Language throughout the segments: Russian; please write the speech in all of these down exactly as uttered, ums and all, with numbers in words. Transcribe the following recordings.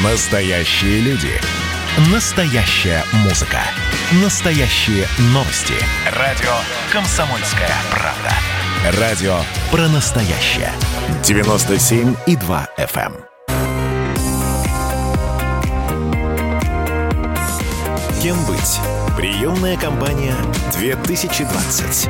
Настоящие люди. Настоящая музыка. Настоящие новости. Радио «Комсомольская правда». Радио про настоящее. девяносто семь и два эф эм. Кем быть? Приемная кампания две тысячи двадцать.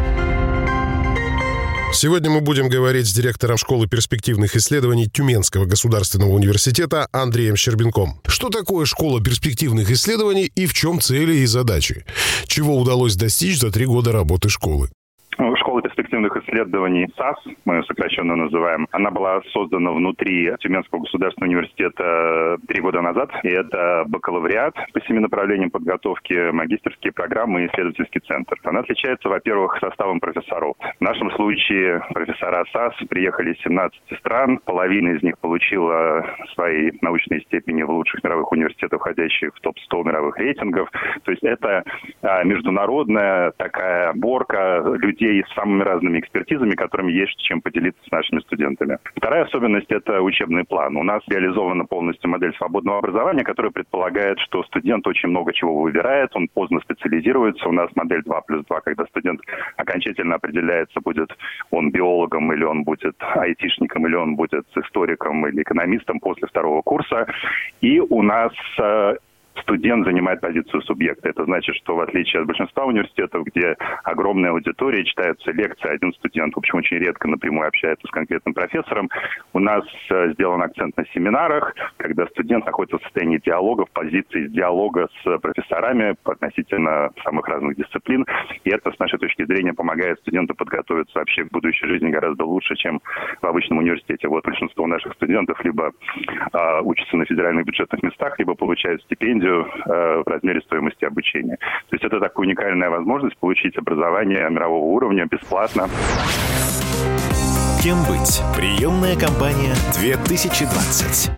Сегодня мы будем говорить с директором школы перспективных исследований Тюменского государственного университета Андреем Щербинком. Что такое школа перспективных исследований и в чем цели и задачи? Чего удалось достичь за три года работы школы? Школа перспективных исследований САС, мы ее сокращенно называем, она была создана внутри Тюменского государственного университета три года назад. И это бакалавриат по семи направлениям подготовки, магистерские программы и исследовательский центр. Она отличается, во-первых, составом профессоров. В нашем случае профессора САС приехали из семнадцати стран. Половина из них получила свои научные степени в лучших мировых университетах, входящих в топ сто мировых рейтингов. То есть это международная такая сборка людей с самыми разными экспертизами, которыми есть чем поделиться с нашими студентами. Вторая особенность – это учебный план. У нас реализована полностью модель свободного образования, которая предполагает, что студент очень много чего выбирает, он поздно специализируется. У нас модель два плюс два, когда студент окончательно определяется, будет он биологом, или он будет айтишником, или он будет историком или экономистом после второго курса. И у нас студент занимает позицию субъекта. Это значит, что в отличие от большинства университетов, где огромная аудитория, читаются лекции, один студент, в общем, очень редко напрямую общается с конкретным профессором, у нас сделан акцент на семинарах, когда студент находится в состоянии диалога, в позиции диалога с профессорами относительно самых разных дисциплин. И это, с нашей точки зрения, помогает студенту подготовиться вообще к будущей жизни гораздо лучше, чем в обычном университете. Вот большинство наших студентов либо э, учатся на федеральных бюджетных местах, либо получают стипендию в размере стоимости обучения. То есть это такая уникальная возможность получить образование мирового уровня бесплатно. Кем быть? Приемная кампания две тысячи двадцать.